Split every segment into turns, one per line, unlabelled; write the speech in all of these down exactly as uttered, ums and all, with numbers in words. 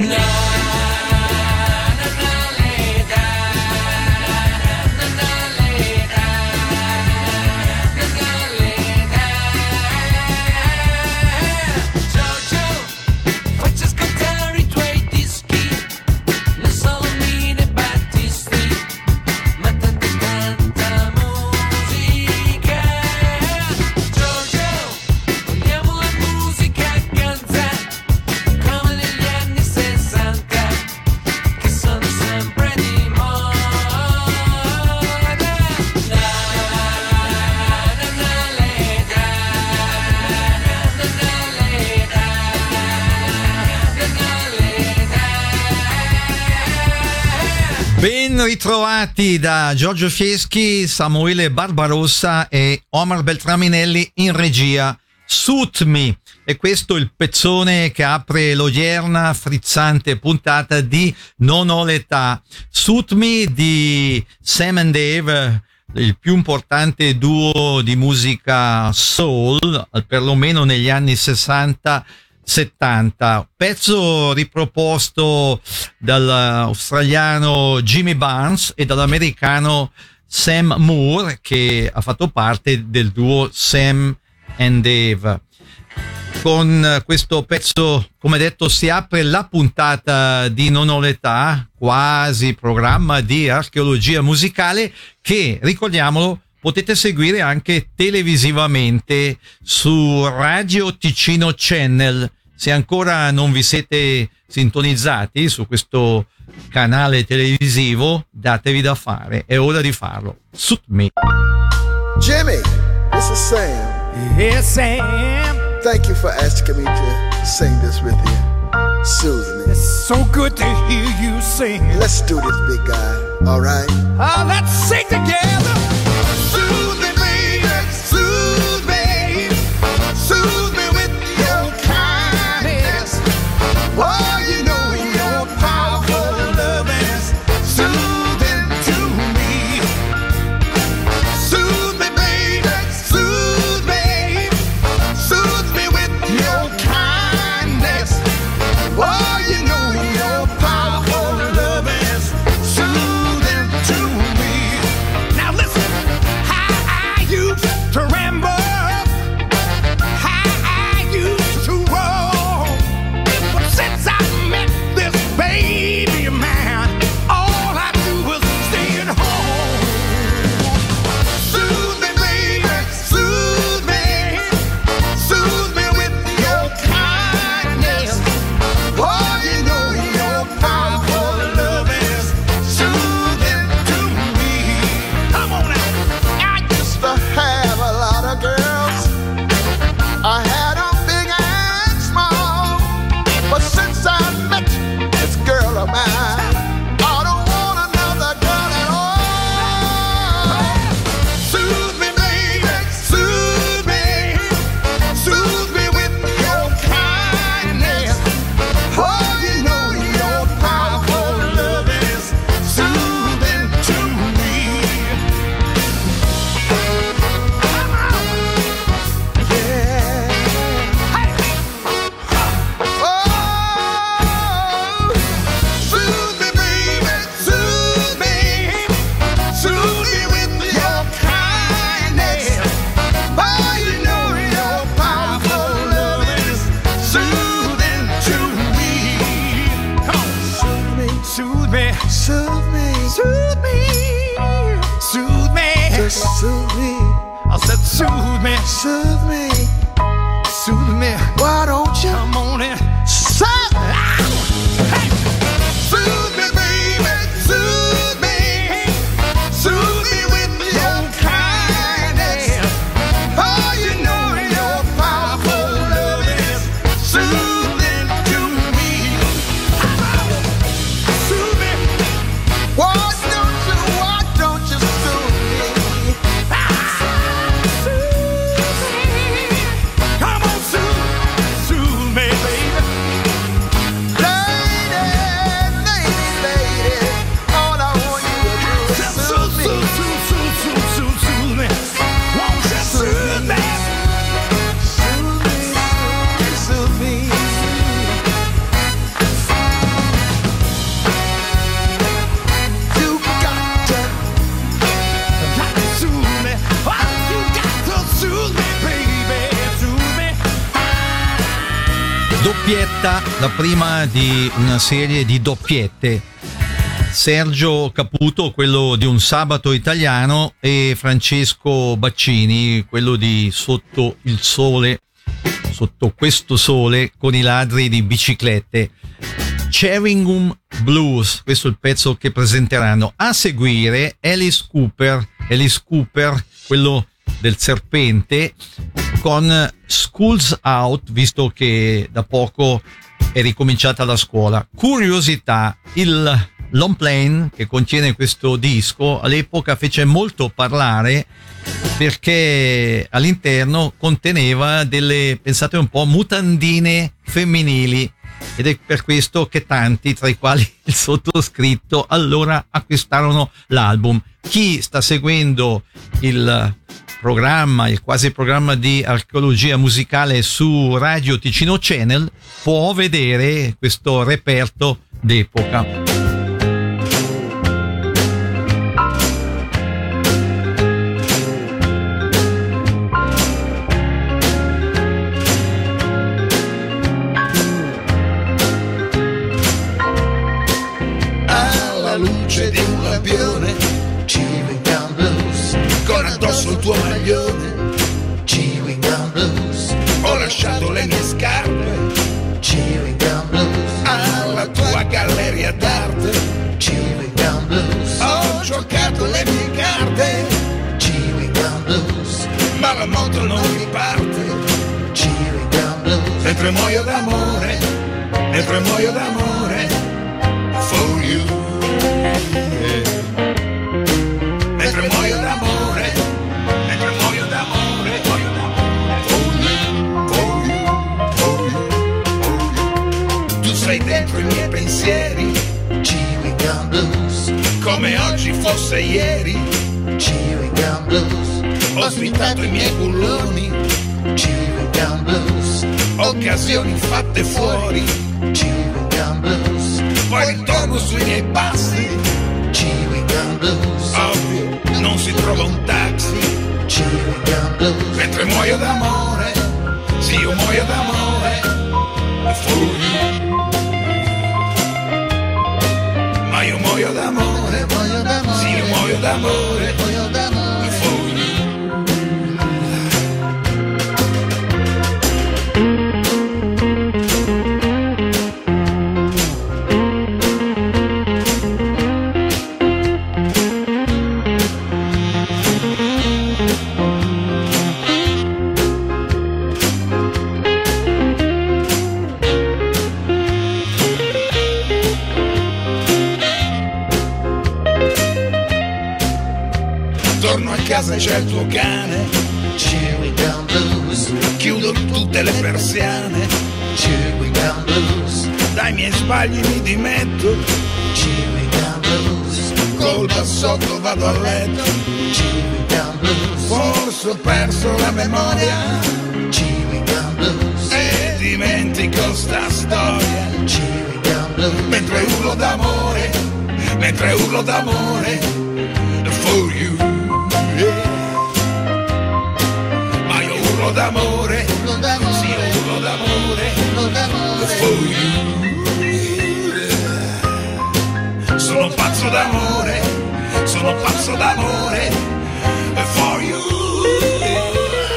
Ben ritrovati da Giorgio Fieschi, Samuele Barbarossa e Omar Beltraminelli in regia. Suit Me, e questo è il pezzone che apre l'odierna frizzante puntata di Non ho l'età. Suit Me di Sam and Dave, il più importante duo di musica soul, perlomeno negli anni sessanta settanta, pezzo riproposto dall'australiano Jimmy Barnes e dall'americano Sam Moore, che ha fatto parte del duo Sam and Dave. Con questo pezzo, come detto, si apre la puntata di Non ho l'età, quasi programma di archeologia musicale che, ricordiamolo, potete seguire anche televisivamente su Radio Ticino Channel. Se ancora non vi siete sintonizzati su questo canale televisivo, datevi da fare, è ora di farlo. Suit Me.
Jimmy, this is Sam.
Yes, Sam.
Thank you for asking me to sing this with you. Soothe me.
It's so good to hear you sing.
Let's do this, big guy. All right?
Oh, let's sing together. Soothe me, baby. Soothe me. Soothe me with your kindness. Oh, you know your powerful love is soothing to me. Soothe me, baby. Soothe me. Soothe me with your kindness. Oh, you know your powerful love is soothing to me. Now listen, how I used to ramble, how I used to roll, but since I met this baby of mine, all I do is stay at home. Soothe me, baby, soothe me, soothe me with your kindness. Oh, you know your powerful love is soothing to me. Come on now. I
Used to have a lot of girls. I had them big and small. But since I met this girl of mine, I don't want another girl at all.
soothe me, baby, soothe me, soothe me with your kindness. Oh, you know your powerful love is soothing to me. Come on.
Yeah.
Hey.
Oh,
Soothe me, baby, soothe me, soothe me with your kindness. Oh, you know your powerful love is soothing to me. Come on,
soothe me,
soothe me,
soothe me,
soothe me, soothe me.
just soothe me,
I said, soothe me,
soothe me.
soothe me.
Why don't you
Come on in.
soothe?
Hey! Soothe me, baby, soothe me, soothe me with your kindness. Oh, you know your powerful love is soothing to me. Soothe me.
Why don't you, why don't you soothe me?
Ah, soothe me.
doppietta, la prima di una serie di doppiette. Sergio Caputo, quello di Un sabato italiano, e Francesco Baccini, quello di Sotto il sole, sotto questo sole, con i ladri di biciclette. Cherringham Blues, questo è il pezzo che presenteranno. A seguire Alice Cooper, Alice Cooper, quello del serpente, con School's Out, visto che da poco è ricominciata la scuola. Curiosità, il long plane che contiene questo disco all'epoca fece molto parlare perché all'interno conteneva delle, pensate un po', mutandine femminili, ed è per questo che tanti, tra i quali il sottoscritto, allora acquistarono l'album. Chi sta seguendo il programma, il quasi programma di archeologia musicale su Radio Ticino Channel, può vedere questo reperto d'epoca.
Alla luce di un lampione, chewing gum blues, con addosso il tuo maglione, chewing gum blues, ho lasciato le mie scarpe, chewing gum blues, alla tua galleria d'arte, chewing gum blues, ho giocato le mie carte, chewing gum blues, ma la moto non mi parte, chewing gum blues, mentre muoio d'amore, mentre muoio d'amore, for you, yeah. Mentre muoio d'amore, mentre muoio d'amore, muoio d'amore, for you, for you, for you, for you. Tu sei dentro i miei pensieri, chewing gum blues, come oggi fosse ieri, chewing gum blues, ho svitato i miei bulloni, chewing gum blues, occasioni fatte fuori, chewing gum blues, poi ritorno sui miei passi, chewing gum blues, ovvio, non si trova un taxi, chewing gum blues, mentre muoio d'amore, sì io muoio d'amore, for you, ma io muoio d'amore, muoio d'amore, sì io muoio d'amore, muoio d'amore, for you. Torno a casa e c'è il tuo cane, chewing gum blues, chiudo tutte le persiane, chewing gum blues, dai miei sbagli mi dimetto, chewing gum blues, colpa sotto vado a letto, chewing gum blues, forse ho perso la memoria, chewing gum blues, e dimentico sta storia, chewing gum blues, mentre urlo d'amore, mentre urlo d'amore, for you. Yeah. Ma io urlo d'amore, sì io urlo d'amore, for you. Yeah. Sono pazzo d'amore, sono pazzo d'amore, for you. Yeah.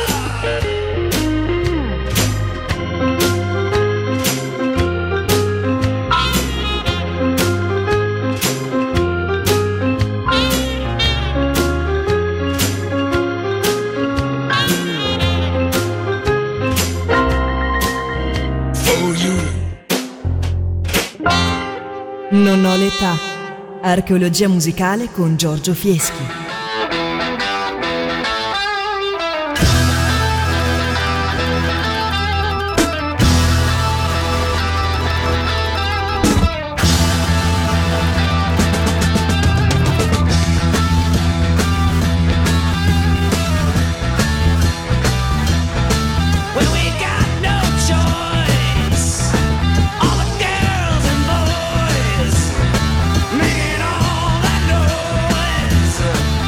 Non ho l'età. Archeologia musicale con Giorgio Fieschi.
Making all that noise.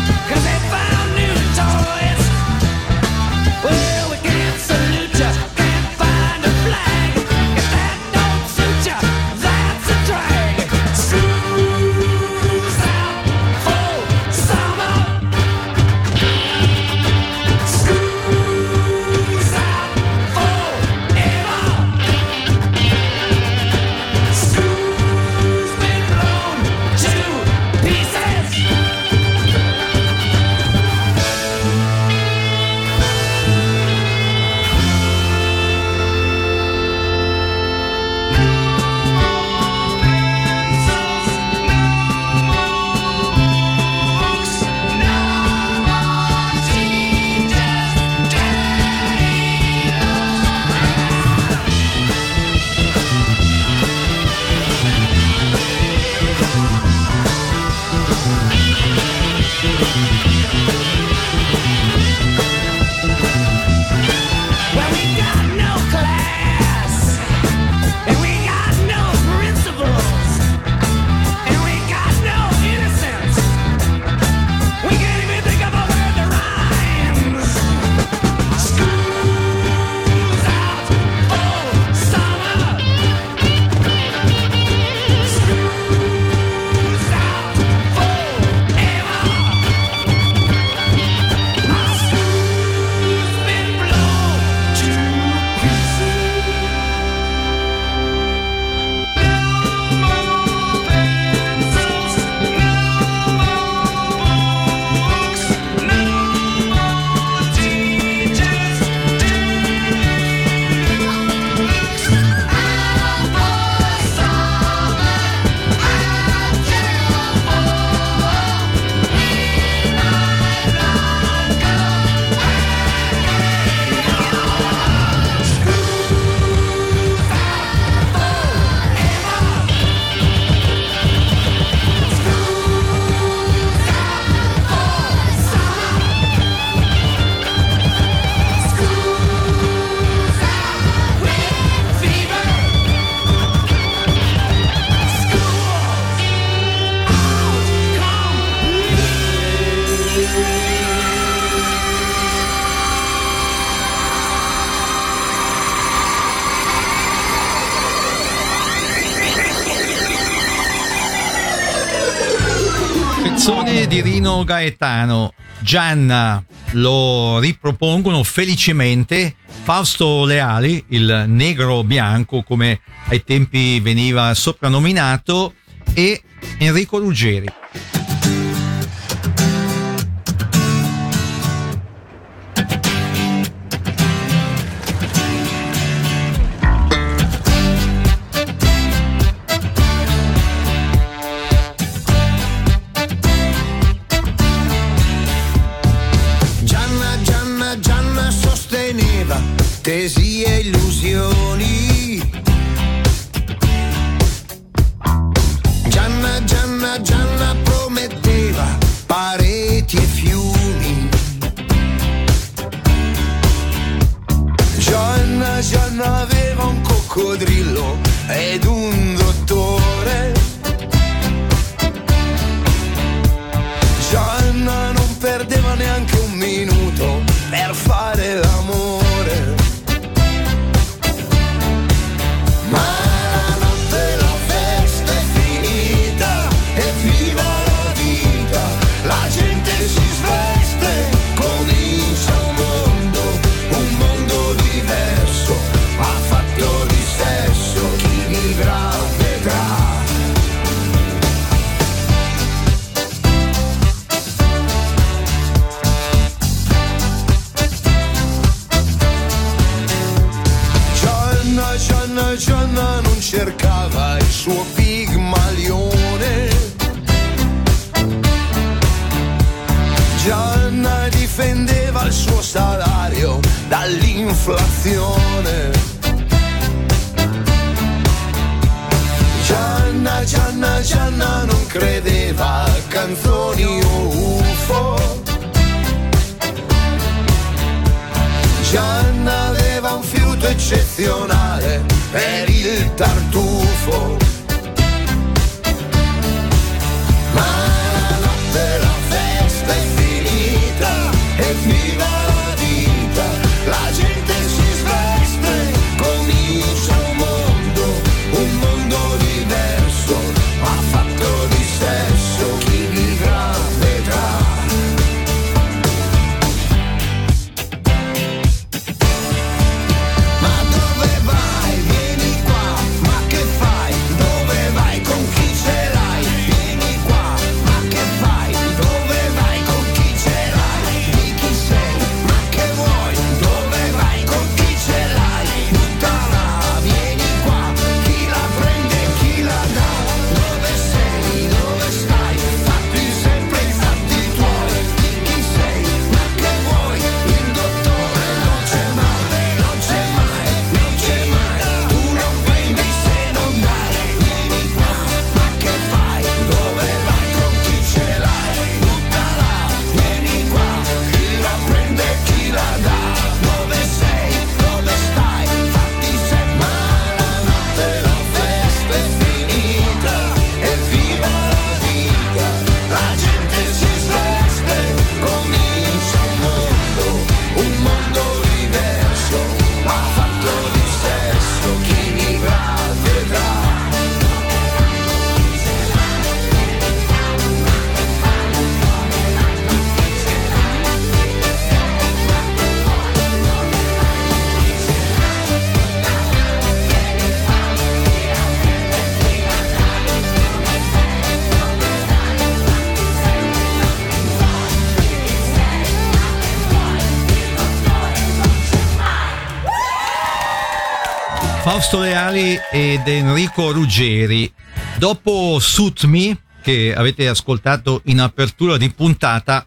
voce di Rino Gaetano. Gianna lo ripropongono felicemente Fausto Leali, il negro bianco come ai tempi veniva soprannominato, e Enrico Ruggeri.
Tesi e illusioni. Gianna, Gianna, Gianna prometteva pareti e fiumi. Gianna, Gianna aveva un coccodrillo ed un dottore. Gianna non perdeva neanche un minuto per fare l'amore. Ma la notte la festa è finita e viva la vita, la gente si sveste, comincia un mondo, un mondo diverso, ha fatto di sesso, chi vivrà vedrà. Gianna, Gianna non cercava il suo pigmalione. Gianna difendeva il suo salario dall'inflazione. Gianna, Gianna, Gianna non credeva a canzoni o U F O. Gianna aveva un fiuto eccezionale per il tartufo. Ma la notte la festa è finita e viva la vita, la gente si sveste, comincia un mondo, un mondo diverso, ha fatto di sesso, chi vivrà vedrà.
Fausto Leali ed Enrico Ruggeri. Dopo Suit Me, che avete ascoltato in apertura di puntata,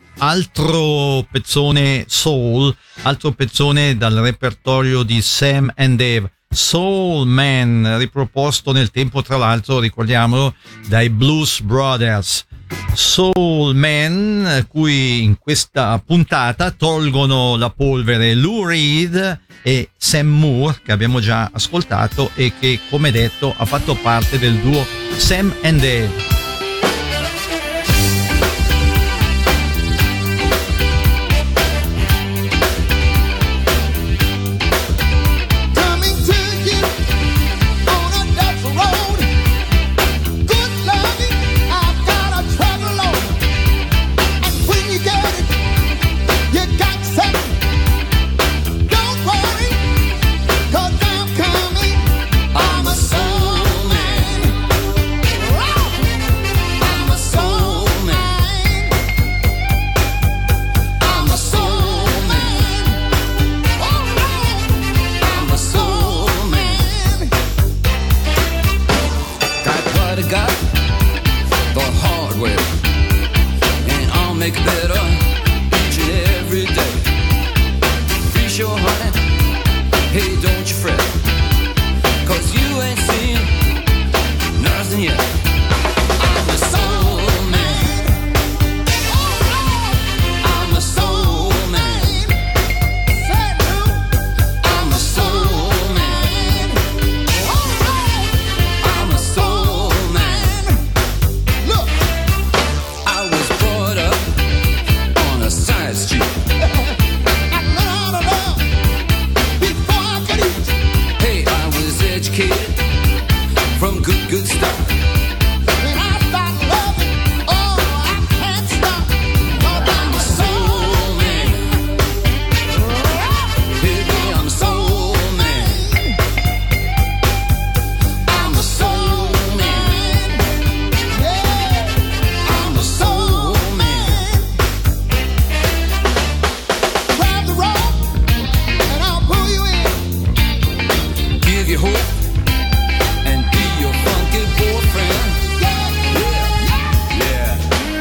altro pezzone soul, altro pezzone dal repertorio di Sam and Dave, Soul Man, riproposto nel tempo tra l'altro, ricordiamolo, dai Blues Brothers. Soul Man, cui in questa puntata tolgono la polvere Lou Reed e Sam Moore, che abbiamo già ascoltato e che, come detto, ha fatto parte del duo Sam and Dave.
Good loving, I've got a travel on.
make it better each and every day. Be sure, honey, hey, don't you fret, 'cause you ain't seen nothing yet. I'm a soul man. I'm a soul man. I'm a soul man. I'm a soul man.
Look,
I was brought up on a side street.
I learned how to love before I could eat.
Hey, I was educated from good, good stuff.
When I start loving, oh, I can't stop. 'Cause I'm a soul
man. Baby, I'm a soul man. I'm a soul man.
yeah,
I'm a soul man.
grab the rope and I'll pull you in.
Give you hope and be your funky boyfriend. Yeah, yeah.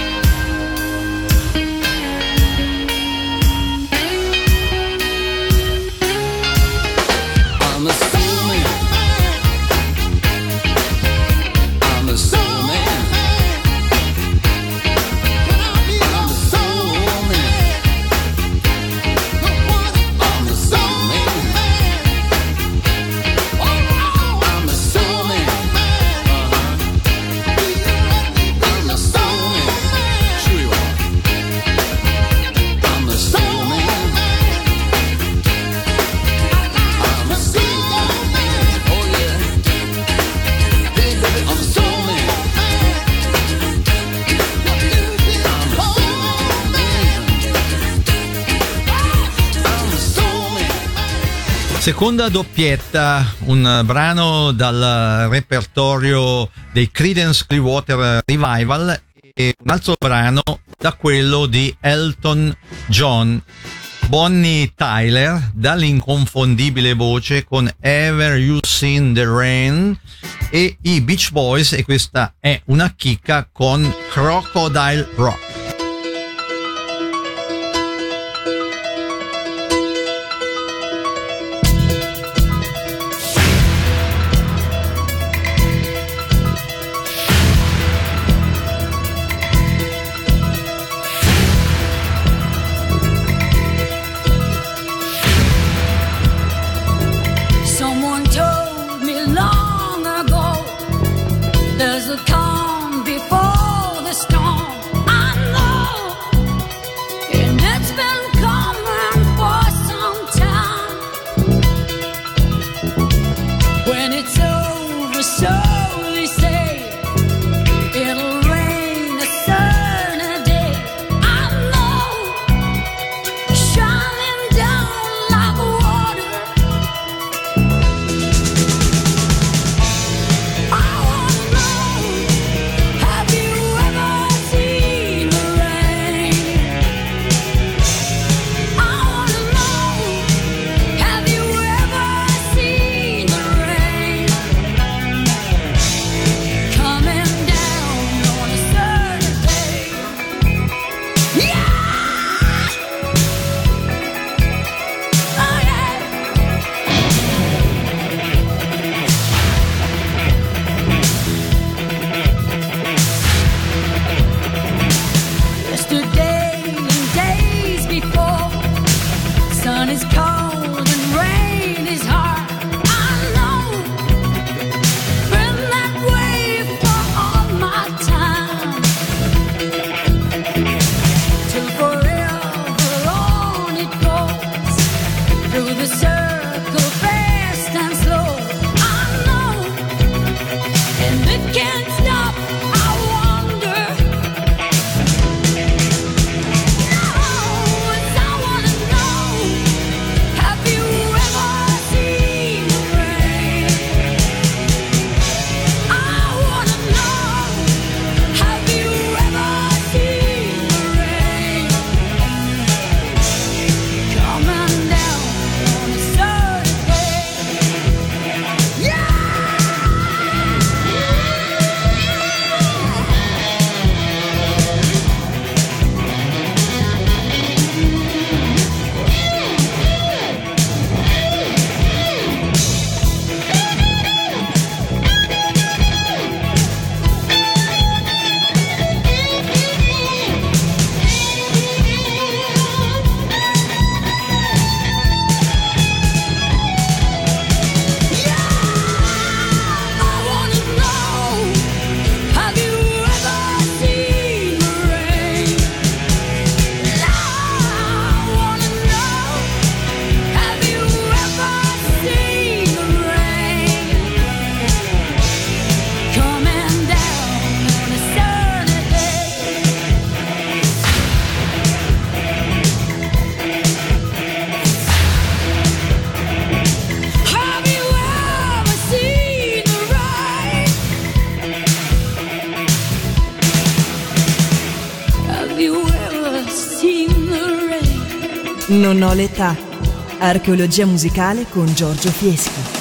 I'm a soul man. I'm a soul man.
Can I be
I'm
your
a soul man.
the one
I'm a soul man.
oh, oh,
I'm a soul man.
be you let me be
I'm
your
a soul man. Sure you are. I'm a soul man. I'm a soul man. Oh yeah. Hey baby, I'm a soul man. I'm a soul man. I'm a soul man.
Seconda doppietta, un brano dal repertorio dei Creedence Clearwater Revival e un altro brano da quello di Elton John, Bonnie Tyler, dall'inconfondibile voce con Ever You Seen the Rain, e i Beach Boys, e questa è una chicca, con Crocodile Rock.
Someone told me long ago, there's a calm before the storm. I
Non ho l'età. Archeologia musicale con Giorgio Fieschi.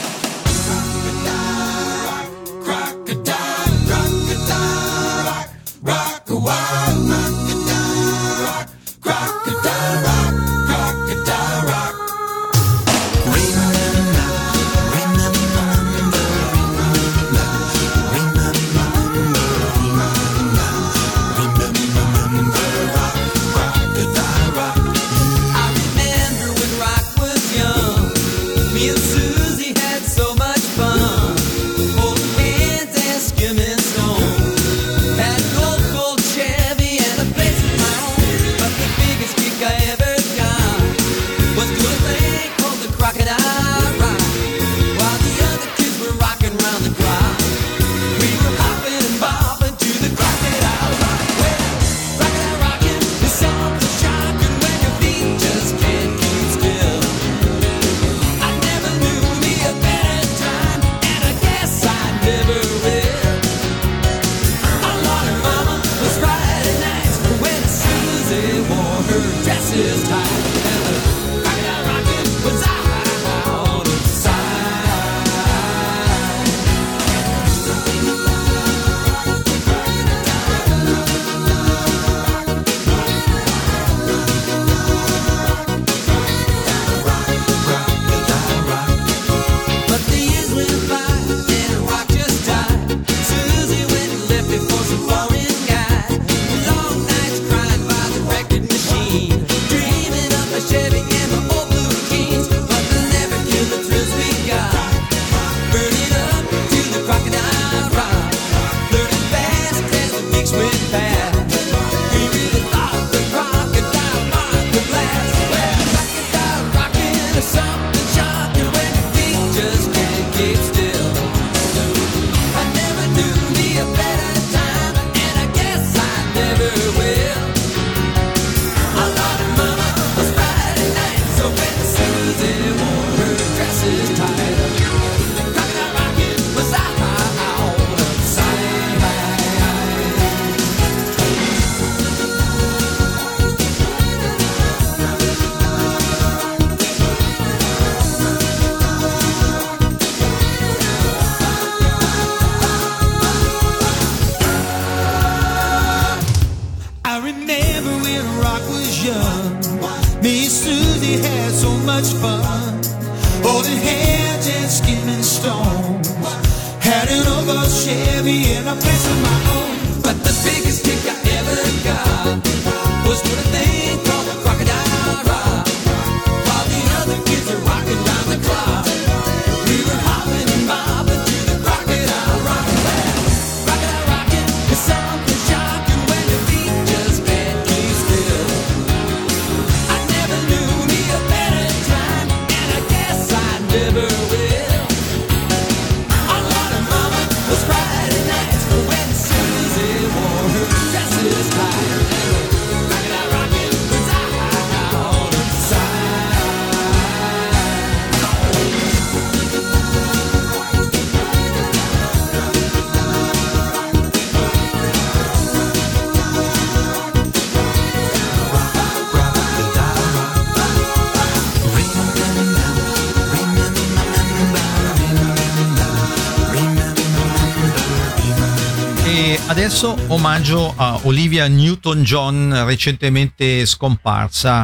Adesso omaggio a Olivia Newton-John, recentemente scomparsa.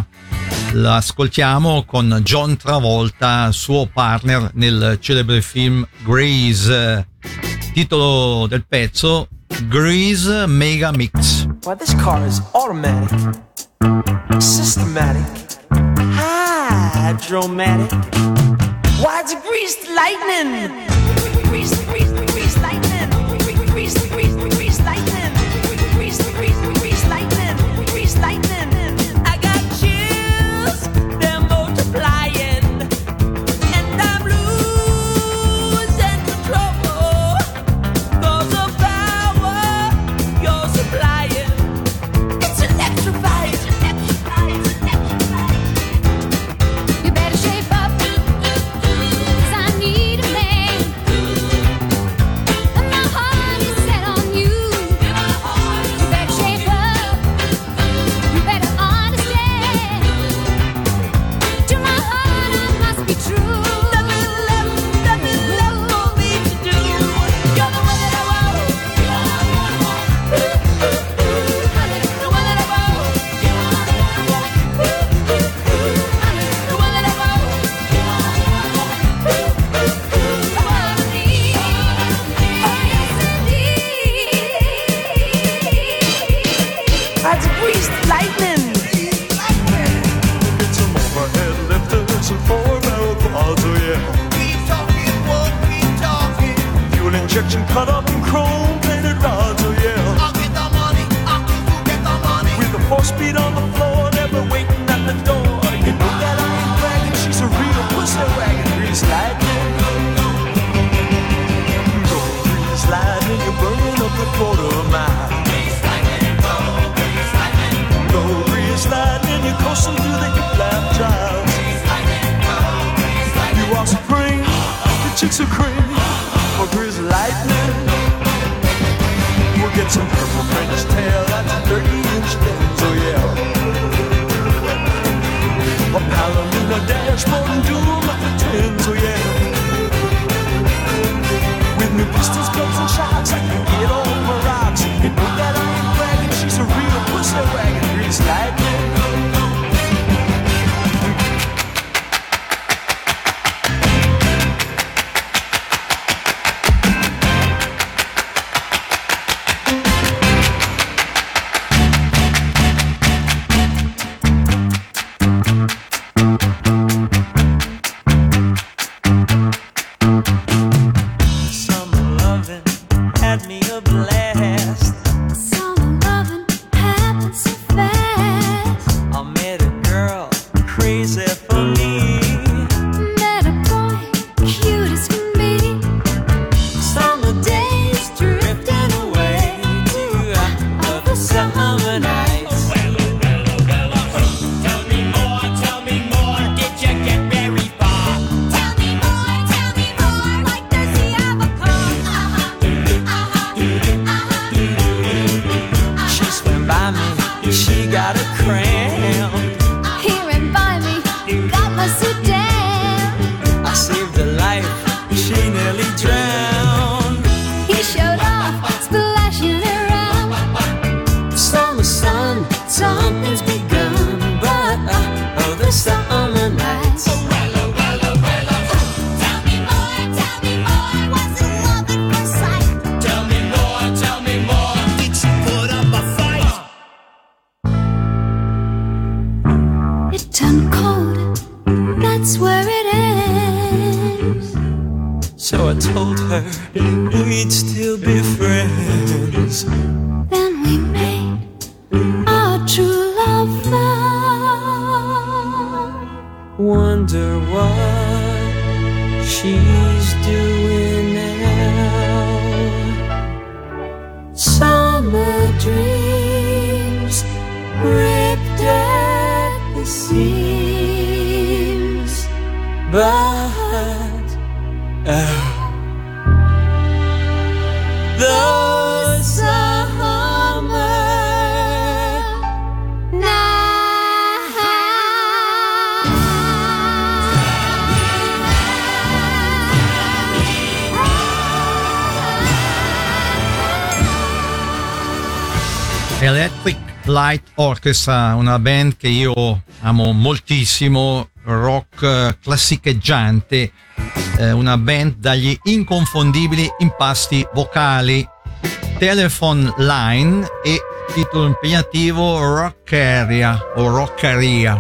L'ascoltiamo con John Travolta, suo partner nel celebre film Grease. Titolo del pezzo: Grease Mega Mix.
Why, this car is automatic, systematic, hydromatic. Why, it's greased lightning. Grease, grease, grease lightning. Grease, grease, grease lightning. Grease, grease, grease lightning. Grease lightning. I got chills, they're multiplying, and I'm losing control. 'Cause the power you're supplying, it's electrifying. It's electrifying. It's electrifying. You better shape up, 'cause I need a man.
section cut up in chrome plated rods, oh yeah.
I'll get the money, I'll get the money.
With a four speed on the floor, never waiting at the door. You know that I ain't bragging, she's a real pussy wagon. Grease lightning, go grease lightning, you're burning up the quarter mile.
Grease lightning, go, grease lightning.
Go grease lightning, you're coasting through the hip lap drive.
Grease lightning, go, grease lightning.
You are supreme, the chicks are cream, for grease lightning. We'll get some purple French tail, that's a thirty inch lens, oh yeah. A Palomino dashboard and dual method twins, oh yeah. With new pistols, clubs and shocks, I can get all my rocks. You know that I ain't bragging, she's a real pussy wagon. Grease lightning.
Electric Light Orchestra, una band che io amo moltissimo, rock classicheggiante, eh, una band dagli inconfondibili impasti vocali. Telephone Line e titolo impegnativo Rockeria o Rockeria.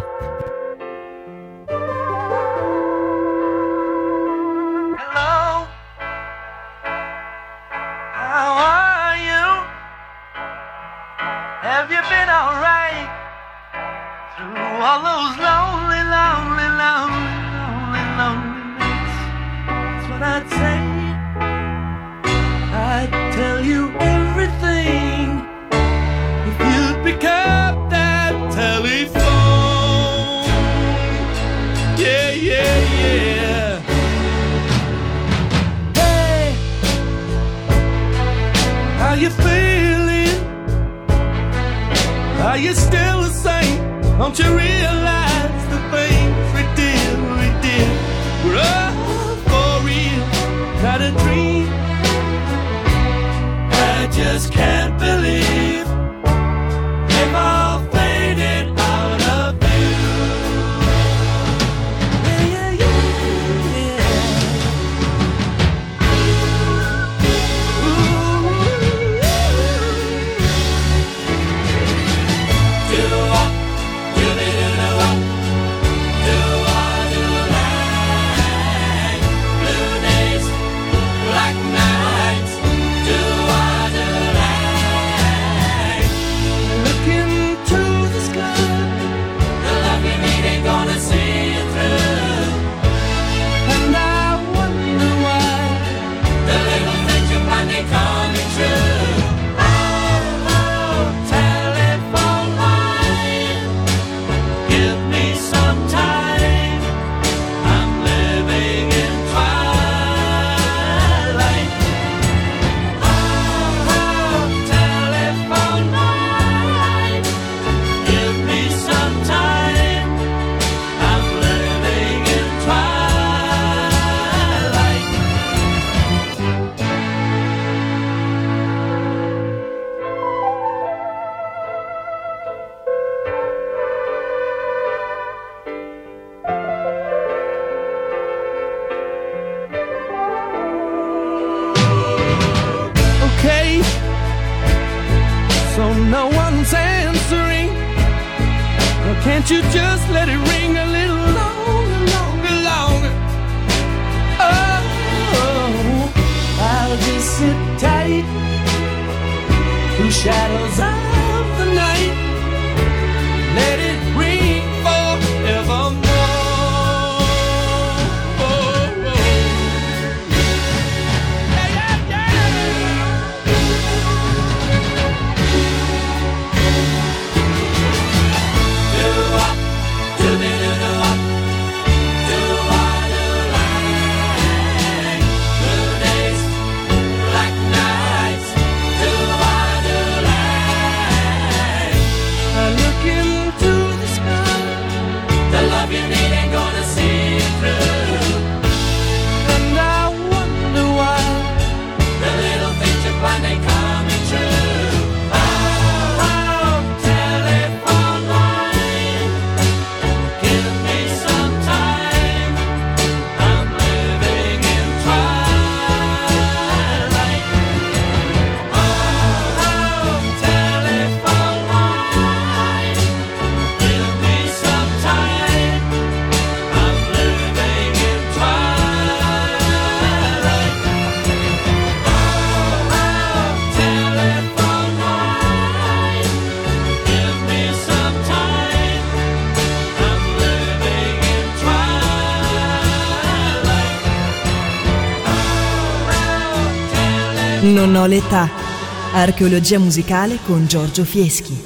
Black nights
Won't you just let it ring a little longer, longer, longer? Oh, I'll just sit tight through shadows of the night. Let it ring forevermore.
Non ho l'età. Archeologia musicale con Giorgio Fieschi.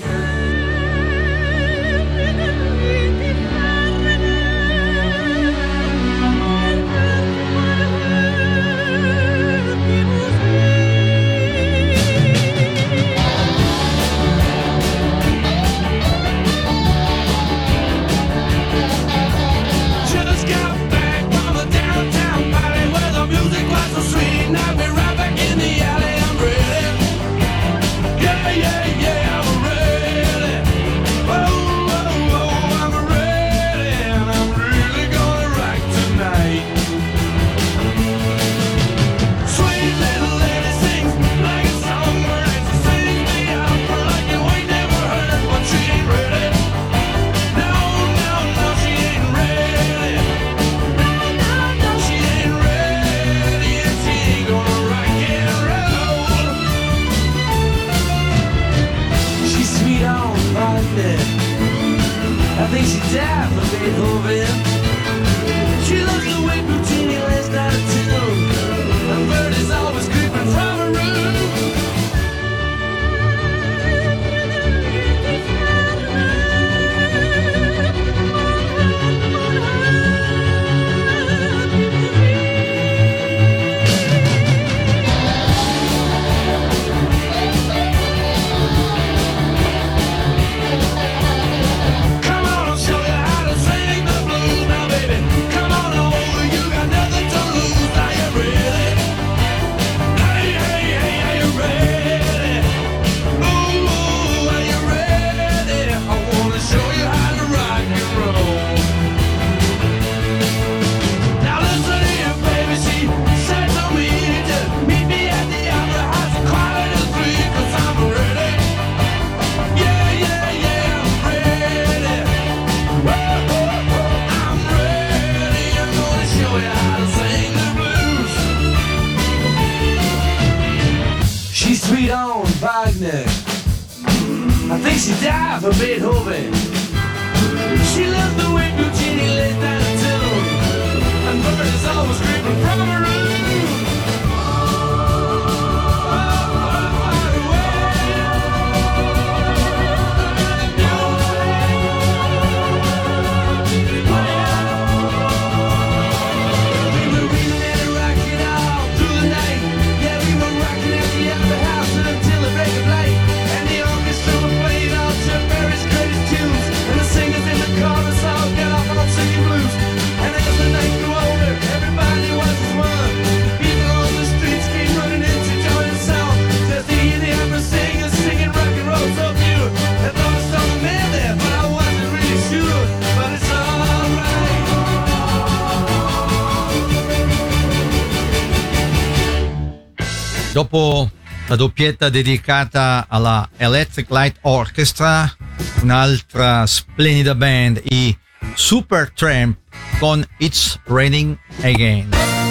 Dopo la doppietta dedicata alla Electric Light Orchestra, un'altra splendida band, i Supertramp con It's Raining Again.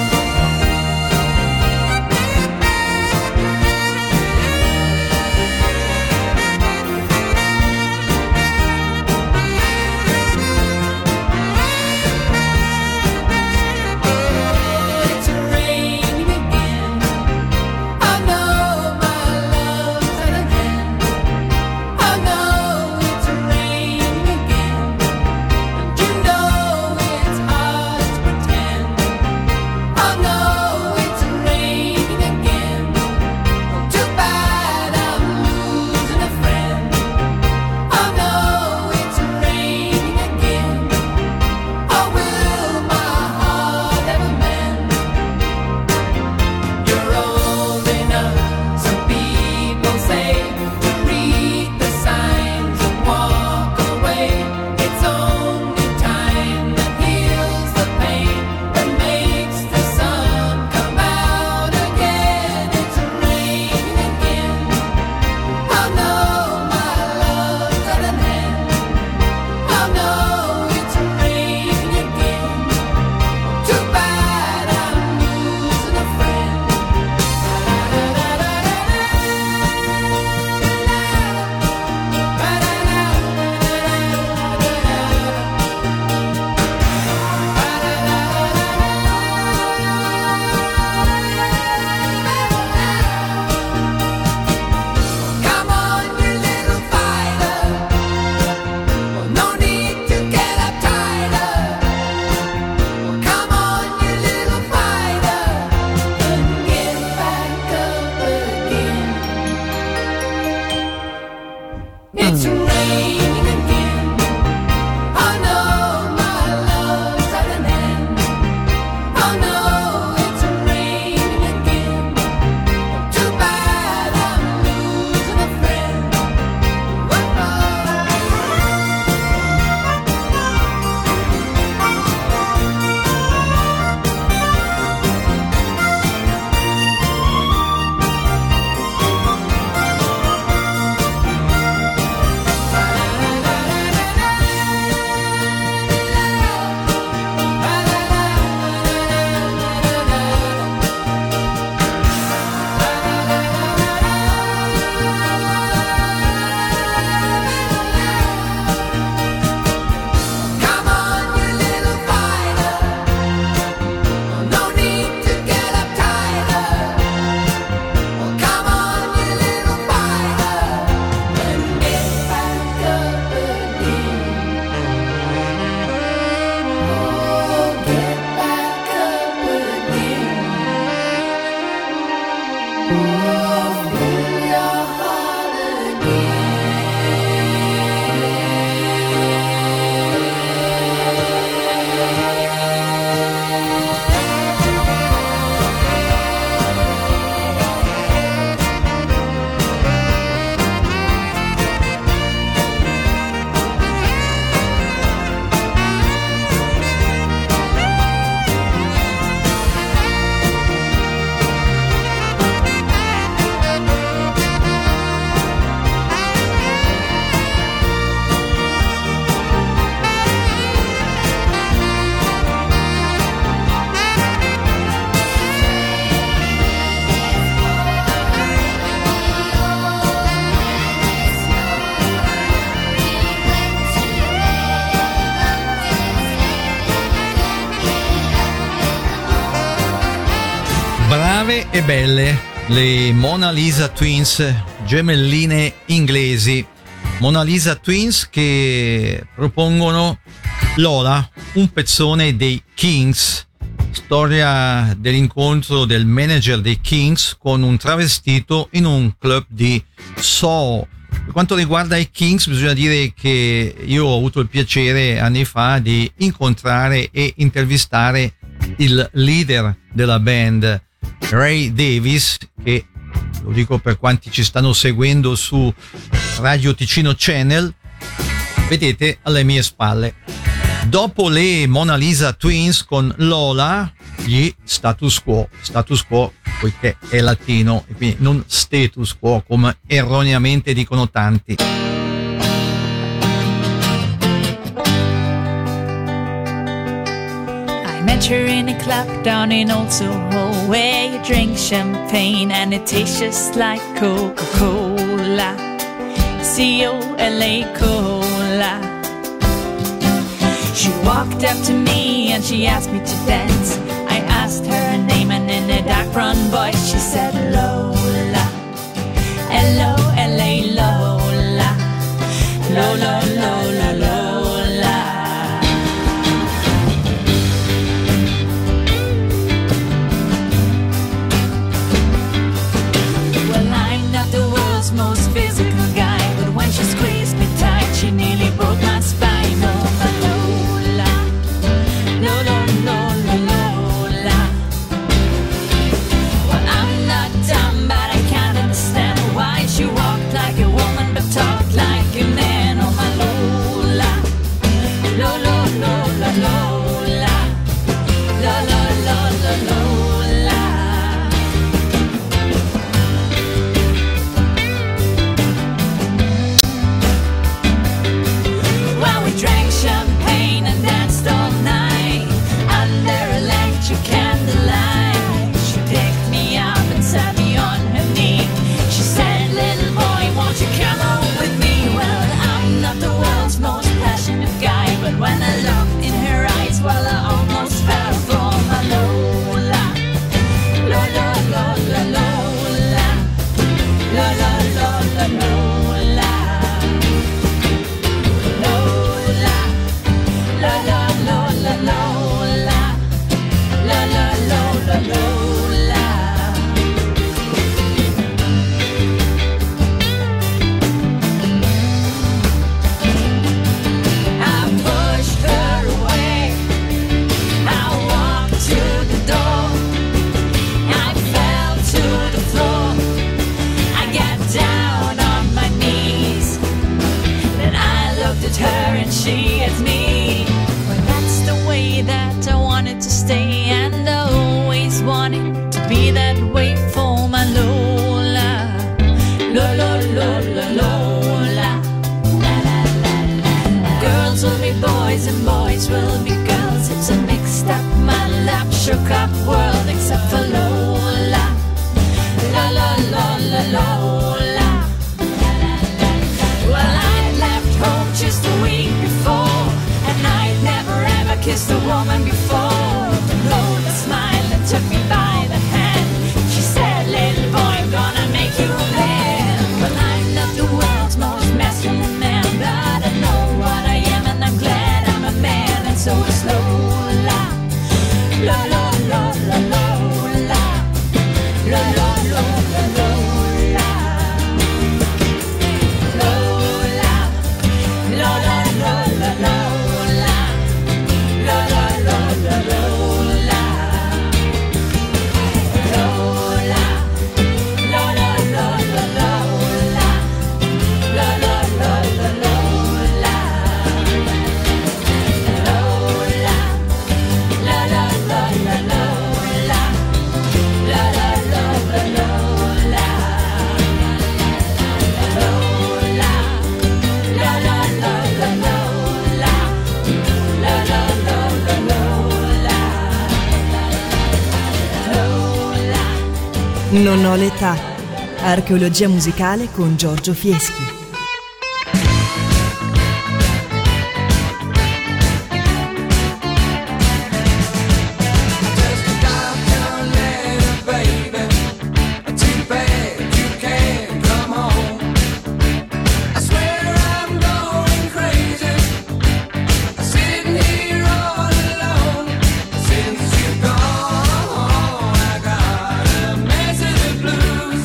Brave e belle le Mona Lisa Twins, gemelline inglesi. Mona Lisa Twins che propongono Lola, un pezzone dei Kings, storia dell'incontro del manager dei Kings con un travestito in un club di Soho. Per quanto riguarda i Kings, bisogna dire che io ho avuto il piacere anni fa di incontrare e intervistare il leader della band, Ray Davies, che lo dico per quanti ci stanno seguendo su Radio Ticino Channel, vedete alle mie spalle. Dopo le Mona Lisa Twins con Lola, gli Status Quo. Status Quo poiché è latino e quindi non status quo come erroneamente dicono tanti.
I met her in a club down in Old Soho, where you drink champagne and it tastes just like Coca-Cola, C O L A Cola. She walked up to me and she asked me to dance. I asked her her name and in a dark brown voice she said Lola, L O L A Lola, Lola, Lola, Lola. Well, I'm not the world's most physical guy, but when she squeezed me tight she nearly broke my spine. Oh, my Lola, Lola, Lola, Lola. Well, I'm not dumb, but I can't understand why she walked like a woman but talked like a man. Oh, my Lola, Lola, Lola, Lola, Lola, Lola, Lola. Well, we drank champagne and danced all night under electric candlelight. She picked me up and sat me on her knee. She said, little boy, won't you come home with me? Well, I'm not the world's most passionate guy, but when I looked in her eyes, well, I almost fell for my Lola, Lola, Lola, Lola, Lola, Lola, Lola. Lola, Lola, Lola, Lola, Lola, Lola, Lola. I pushed her away. I walked to the door. I fell to the floor. I got down on my knees. Then I looked at her and she at me. Well, that's the way that I wanted to stay, and I always wanted to be that way for my Lola, Lola, Lola, Lola. La, la, la, la. Girls will be boys and boys will be girls. It's a mixed up, muddled up, shook up world, except for Lola, Lola, Lola, Lola. Well, I left home just a week before, and I'd never ever kissed a woman before. Lola smiled and took me by the hand. She said, little boy, I'm gonna make you a man. Well, I'm not the world's most masculine man, but I know what I am and I'm glad I'm a man. And so is Lola, Lola, Lola, Lola, Lola, Lola, Lola. Lola, Lola, Lola, Lola, Lola, Lola, Lola. Lola, Lola, Lola, Lola, Lola, Lola, Lola. Lola, Lola, Lola, Lola, Lola, Lola, Lola. Lola, Lola, Lola, Lola, Lola, Lola, Lola. Lola.
Non ho l'età. Archeologia musicale con Giorgio Fieschi.
Just a downtown letter, baby. Too bad you can't come home. I swear I'm going crazy. Sitting here all alone. Since you've gone, I got a massive blues.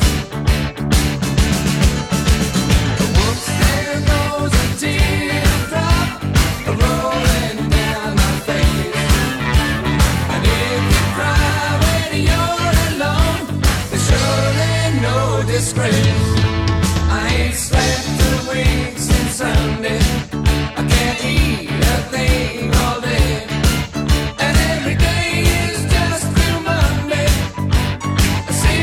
Whoops, there goes a teardrop rolling down my face. And if you cry when you're alone, there's surely no disgrace. I ain't slept a week since Sunday. I can't eat a thing all day. And every day is just till Monday.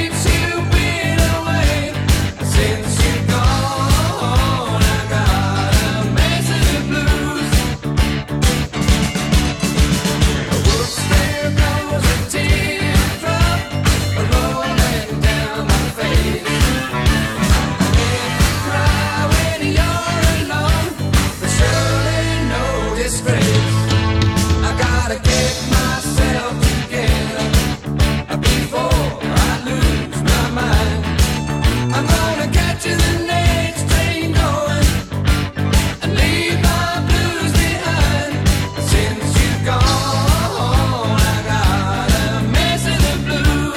catch the next train going and leave my blues behind. Since you've gone, I got a mess of the blues.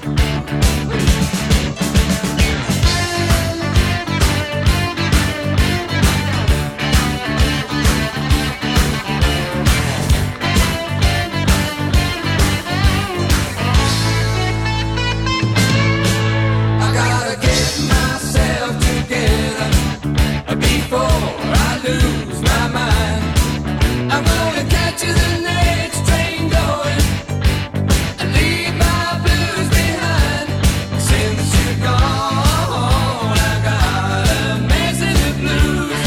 I gotta get myself together before I lose my mind. I'm gonna catch the next train going and leave my blues behind. Since you're gone, I got a mess of the blues.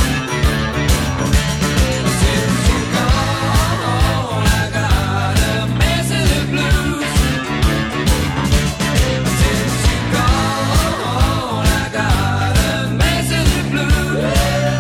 Since you're gone, I got a mess of the blues. Since you're gone, I got a mess of the blues.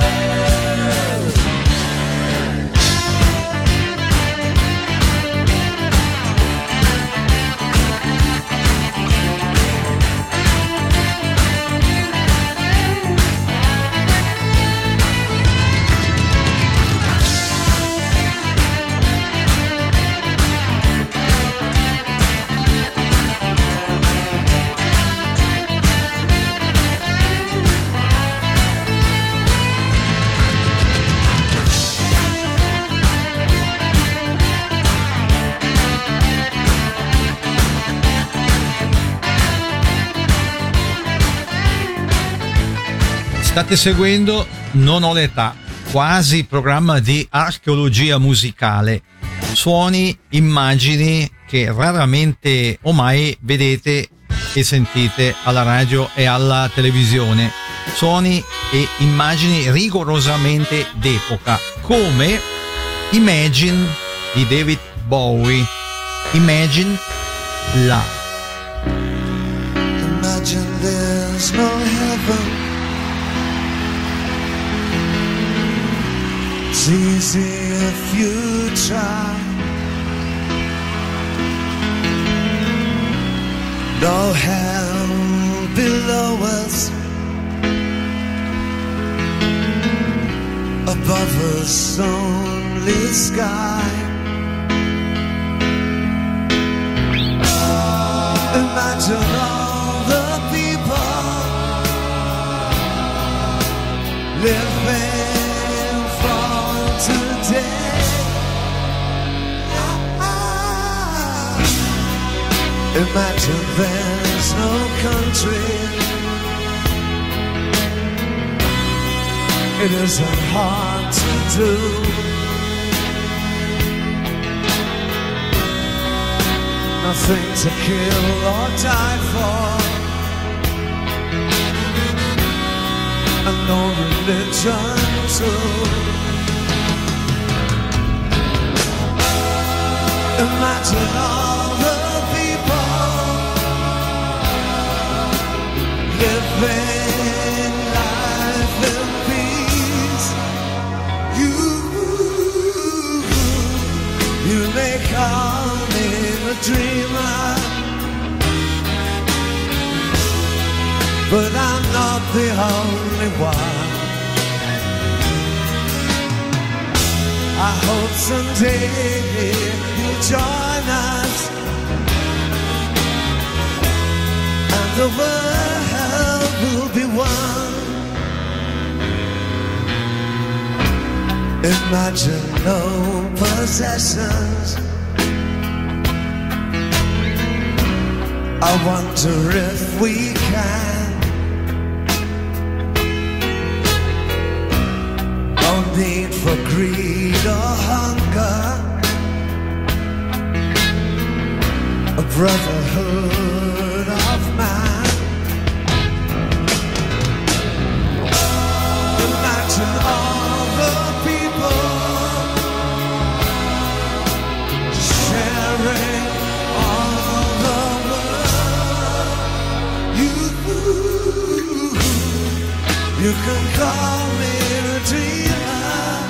State seguendo Non ho l'età, quasi programma di archeologia musicale, suoni, immagini che raramente o mai vedete e sentite alla radio e alla televisione, suoni e immagini rigorosamente d'epoca, come Imagine di David Bowie. Imagine la.
Imagine there's no heaven. It's easy if you try. No hell below us, above us only sky. Imagine all the people living for today. Imagine there's no country. It isn't hard to do. Nothing to kill or die for, and no religion too. Imagine all the people living life in peace. You, you may call me a dreamer, but I'm not the only one. I hope someday you'll join us, and the world will be one. Imagine no possessions. I wonder if we can. No need for greed or hunger. A brotherhood of man. Imagine all the people sharing all the world. You, you can call me a dreamer,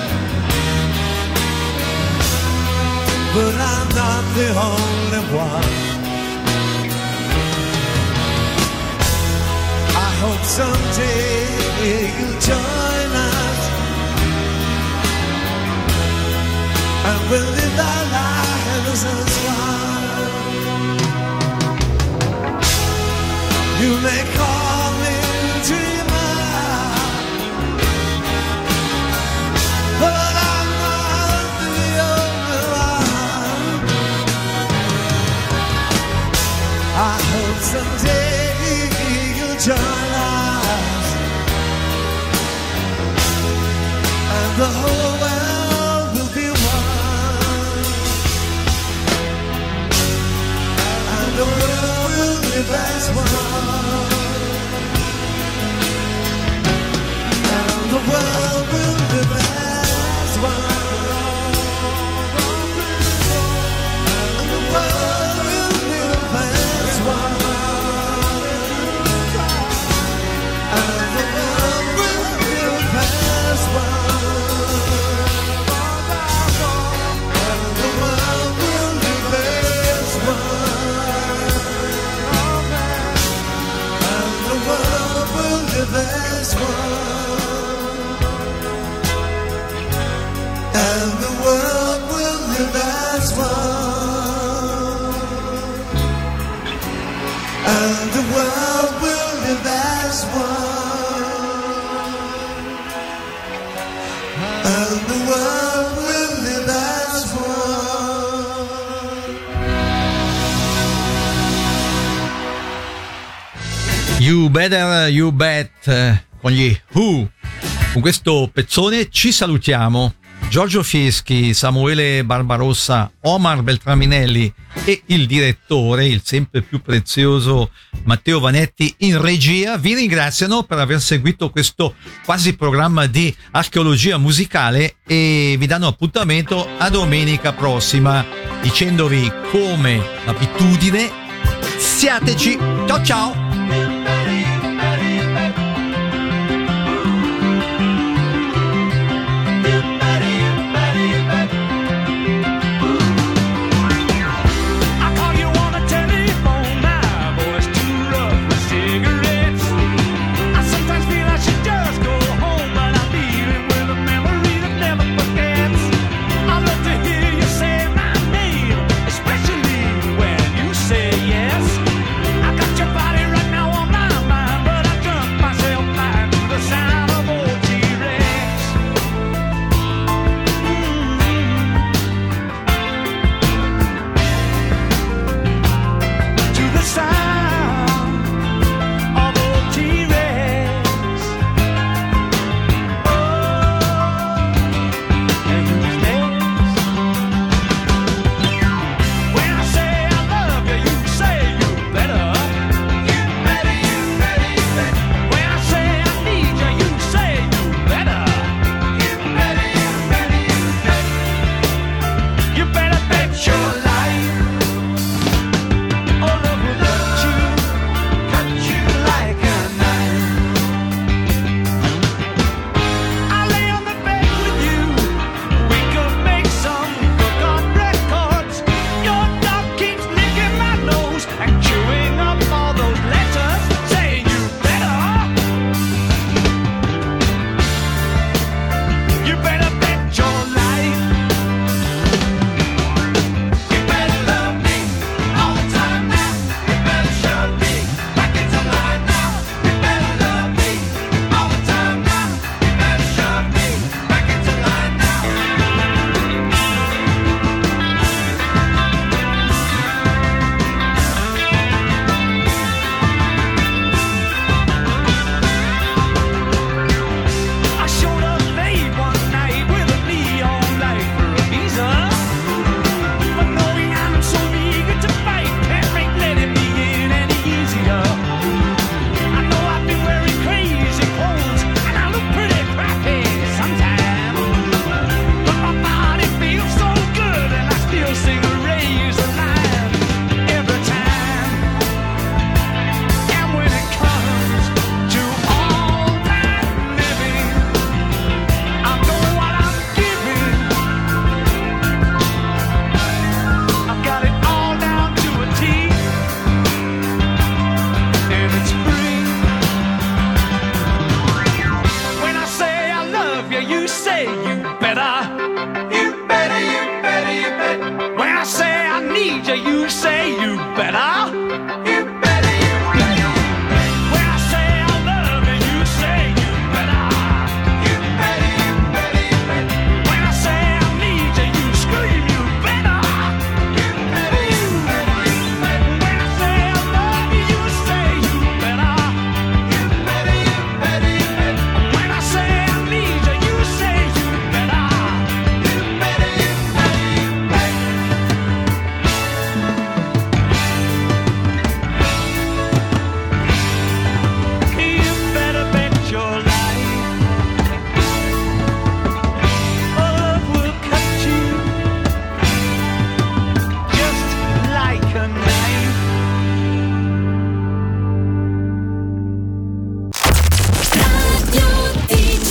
but I'm not the only one. I hope someday you'll join us, and we'll live our lives as one. You may call me dreamer, but I'm not the only one. I hope someday you'll join us, and the whole world will be one, and the world will live as one, and the world will live as one, and the world will live as one. As one, and the world will live as one, and the world will live as one, and the world will live as one.
You Better You Bet con gli Who. Con questo pezzone ci salutiamo. Giorgio Fieschi, Samuele Barbarossa, Omar Beltraminelli e il direttore, il sempre più prezioso Matteo Vanetti in regia vi ringraziano per aver seguito questo quasi programma di archeologia musicale e vi danno appuntamento a domenica prossima dicendovi come l'abitudine siateci. Ciao ciao.